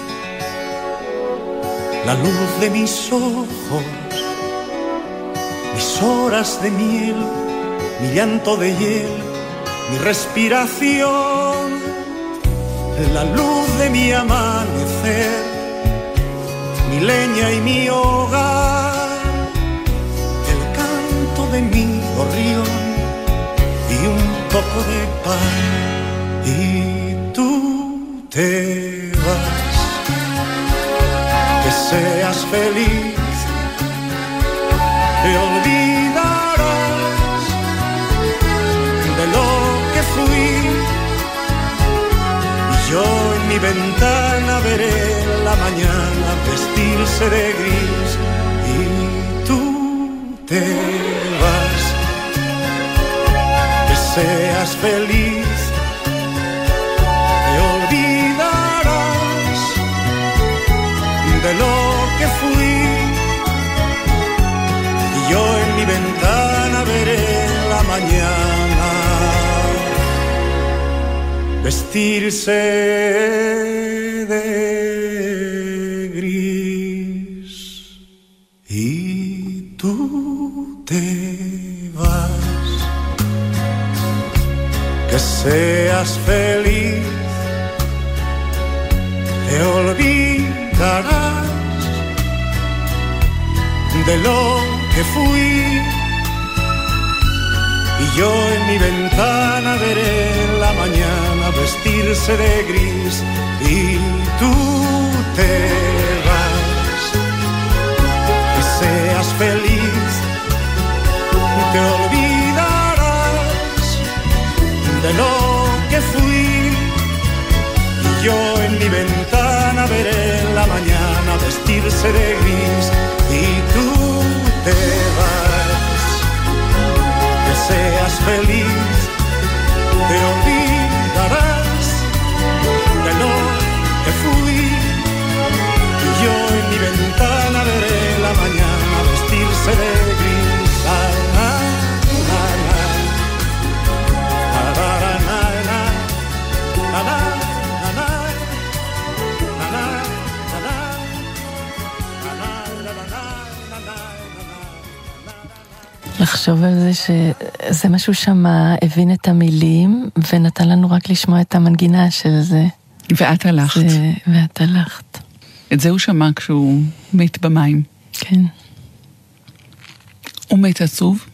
la luz de mis ojos, mis horas de miel, mi llanto de hiel, mi respiración, la luz de mi amanecer, mi leña y mi hogar, el canto de mi gorrión y un poco de pan. Y tú te vas, que seas feliz, te olvidarás de lo que fui, y yo en mi ventana veré la mañana vestirse de gris. Y tú te vas, que seas feliz, te olvidarás de lo que fui, y yo en mi ventana veré la mañana vestirse de gris. Y tú te vas, que seas feliz, te olvidarás de lo que fui, y yo en mi ventana veré la mañana vestirse de gris. Y tú te vas, que seas feliz, te olvidarás de lo que fui, y yo en mi ventana veré la mañana vestirse de gris. Y tú te vas, que seas feliz, te olvidarás de lo que fui, y yo en mi ventana veré la mañana vestirse de gris. לחשוב על זה שזה מה שהוא שמע, הבין את המילים, ונתן לנו רק לשמוע את המנגינה של זה. ואת הלכת. ואת הלכת. את זה הוא שמע כשהוא מת במים. כן. הוא מת עצוב?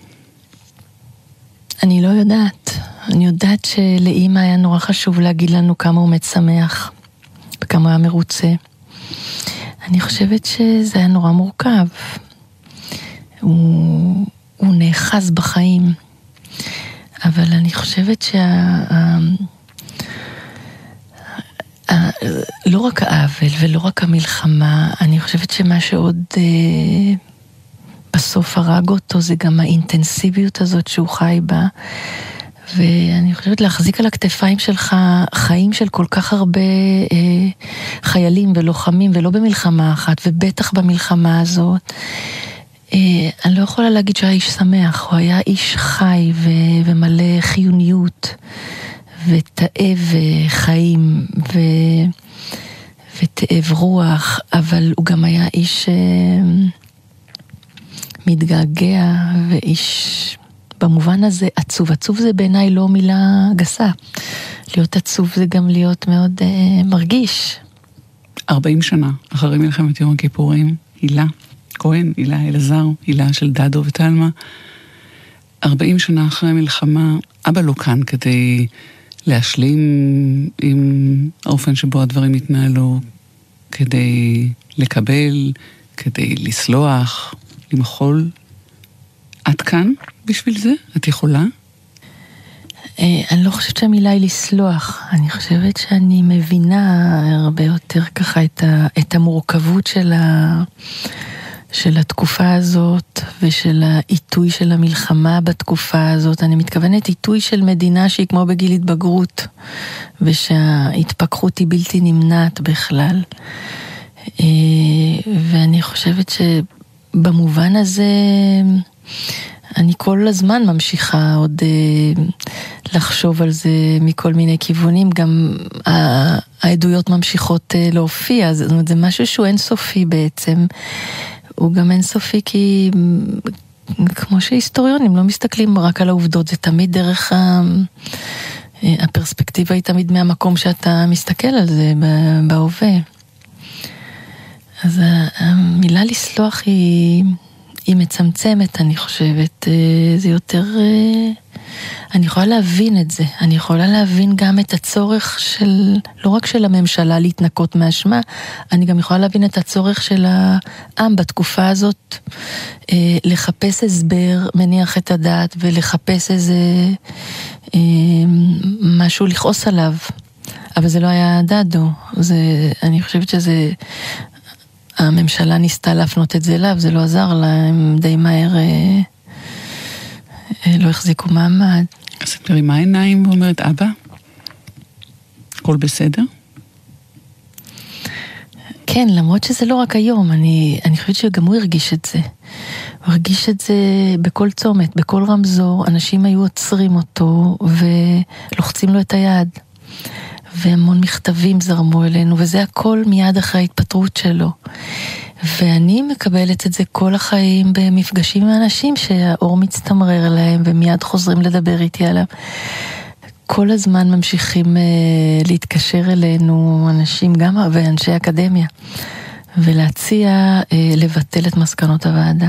אני לא יודעת. אני יודעת שלאמא היה נורא חשוב להגיד לנו כמה הוא מת שמח, וכמה היה מרוצה. אני חושבת שזה היה נורא מורכב. הוא נאחז בחיים, אבל אני חושבת לא רק העוול ולא רק המלחמה, אני חושבת שמה שעוד בסוף הרג אותו זה גם האינטנסיביות הזאת שהוא חי בה, ואני חושבת להחזיק על הכתפיים שלך חיים של כל כך הרבה חיילים ולוחמים, ולא במלחמה אחת, ובטח במלחמה הזאת. אני לא יכולה להגיד שהוא היה איש שמח, הוא היה איש חי ומלא חיוניות ותאב חיים ותאב רוח, אבל הוא גם היה איש מתגעגע ואיש במובן הזה עצוב. עצוב זה בעיניי לא מילה גסה. להיות עצוב זה גם להיות מאוד מרגיש. 40 שנה אחרי מלחמת יום הכיפורים, הילה כהן, הילה אלעזר, הילה של דדו וטלמה, 40 שנה אחרי המלחמה, אבא לא כאן כדי להשלים עם האופן שבו הדברים התנהלו, כדי לקבל, כדי לסלוח, למחול. את כאן בשביל זה? את יכולה? אני לא חושבת שהמילה היא לסלוח. אני חושבת שאני מבינה הרבה יותר ככה את המורכבות של התקופה הזאת ושל העיתוי של המלחמה בתקופה הזאת. אני מתכוונת עיתוי של מדינה שהיא כמו בגיל התבגרות, ושההתפכחות היא בלתי נמנעת בכלל. ואני חושבת שבמובן הזה אני כל הזמן ממשיכה עוד לחשוב על זה מכל מיני כיוונים, גם העדויות ממשיכות להופיע, זאת אומרת, זה משהו שהוא אינסופי בעצם, הוא גם אינסופי כמו שהיסטוריונים לא מסתכלים רק על העובדות, זה תמיד דרך הפרספקטיבה היא תמיד מהמקום שאתה מסתכל על זה בהווה. אז המילה לסלוח היא מצמצמת, אני חושבת. זה יותר... אני יכולה להבין את זה. אני יכולה להבין גם את הצורך של... לא רק של הממשלה להתנקות מאשמה, אני גם יכולה להבין את הצורך של העם בתקופה הזאת, לחפש הסבר, מניח את הדעת, ולחפש איזה משהו לכעוס עליו. אבל זה לא היה דדו. אני חושבת שזה... הממשלה ניסתה להפנות את זה אליו, זה לא עזר לה, הם די מהר לא החזיקו מעמד. אז את מרימה עיניים ואומרת, אבא, הכל בסדר? כן, למרות שזה לא רק היום, אני חושבת שגם הוא הרגיש את זה. הוא הרגיש את זה בכל צומת, בכל רמזור, אנשים היו עוצרים אותו ולוחצים לו את היד. והמון מכתבים זרמו אלינו, וזה הכל מיד אחרי ההתפטרות שלו. ואני מקבלת את זה כל החיים במפגשים עם האנשים שהאור מצטמרר אליהם, ומיד חוזרים לדבר איתי עליו. כל הזמן ממשיכים להתקשר אלינו אנשים, גם ואנשי אקדמיה, ולהציע לבטל את מסקנות הוועדה.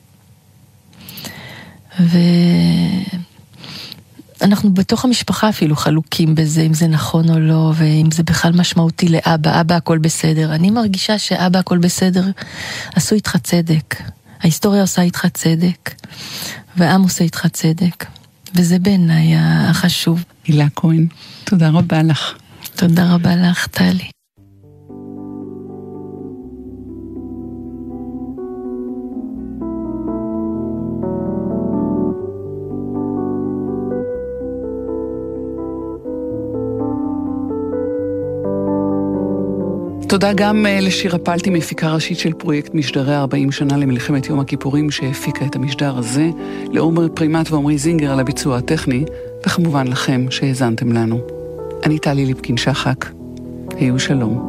אנחנו בתוך המשפחה אפילו חלוקים בזה, אם זה נכון או לא, ואם זה בכלל משמעותי לאבא, אבא הכל בסדר. אני מרגישה שאבא הכל בסדר, עשו איתך צדק. ההיסטוריה עושה איתך צדק, והעם עושה איתך צדק. וזה בעיניי החשוב. הילה כהן, תודה רבה לך. תודה רבה לך, טלי. תודה גם לשירה פלטי, מפיקה ראשית של פרויקט משדרי 40 שנה למלחמת יום הכיפורים, שהפיקה את המשדר הזה, לעומר פרימט ועומרי זינגר על הביצוע הטכני, וכמובן לכם שהאזנתם לנו. אני טלי ליפקין שחק, היו שלום.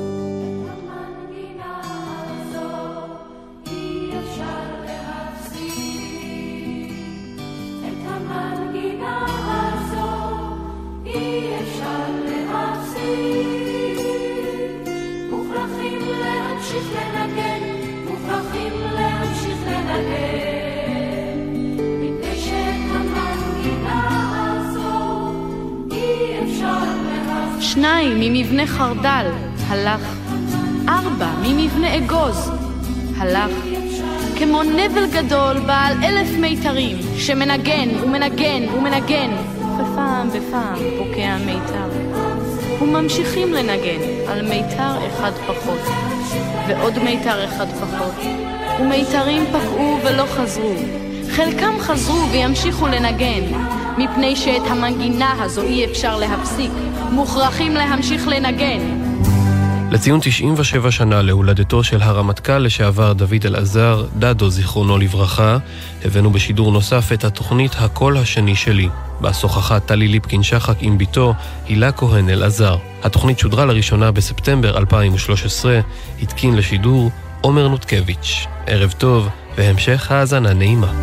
שניים ממבנה חרדל, הלך. 4 ממבנה אגוז, הלך. כמו נבל גדול בעל 1000 מיתרים, שמנגן ומנגן ומנגן, ופעם בפעם פוקע מיתר. וממשיכים לנגן על מיתר אחד פחות, ועוד מיתר אחד פחות. ומיתרים פקעו ולא חזרו. חלקם חזרו וימשיכו לנגן, מפני שאת המנגינה הזו אי אפשר להפסיק. מוכרחים להמשיך לנגן. לציון 97 שנה להולדתו של הרמטכ"ל לשעבר דוד אלעזר, דדו זיכרונו לברכה, הבאנו בשידור נוסף את התוכנית הקול השני שלי, בה שוחחה טלי ליפקין שחק עם ביתו הילה כהן אלעזר. התוכנית שודרה לראשונה בספטמבר 2013, התקין לשידור עומר נותקביץ'. ערב טוב והמשך האזנה נעימה.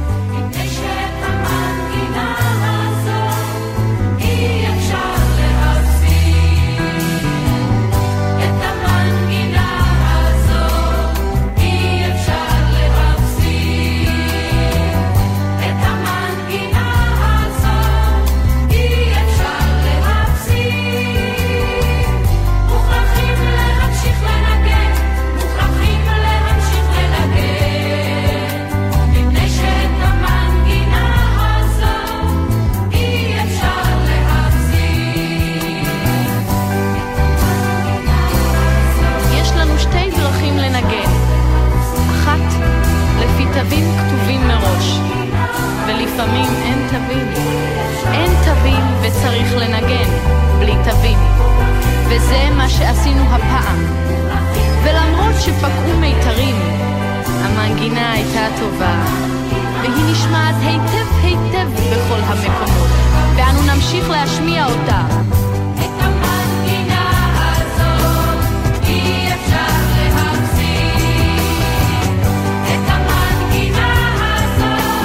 וזה מה שעשינו הפעם. ולמרות שפקעו מיתרים, המנגינה הייתה טובה, והיא נשמעת היטב היטב בכל המקומות, ואנו נמשיך להשמיע אותה. את המנגינה הזאת אי אפשר להפסיק. את המנגינה הזאת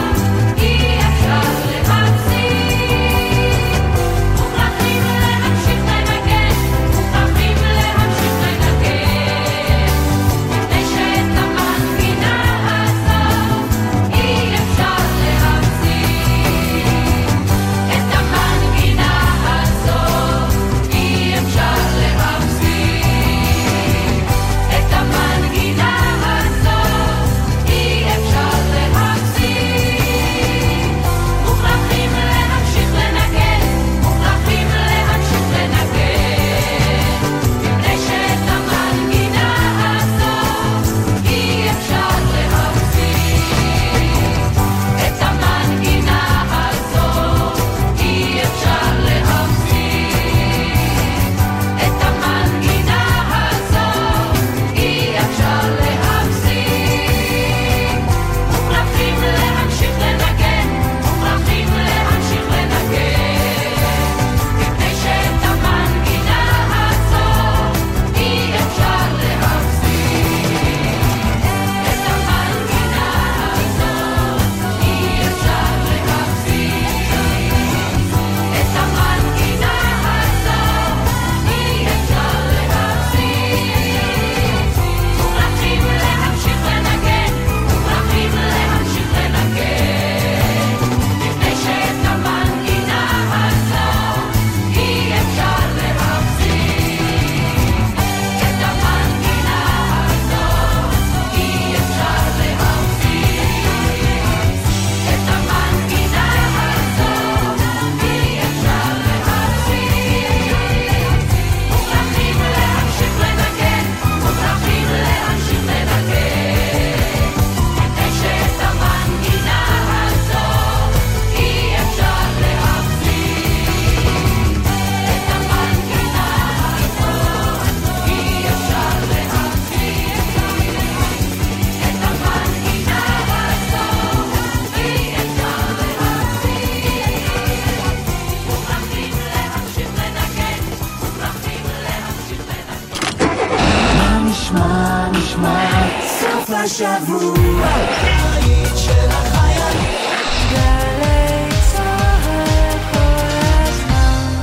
השבוע, בית של החיילים. גלי צהל כל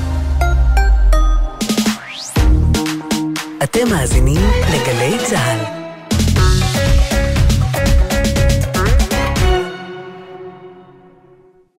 הזמן. אתם מאזינים לגלי צהל.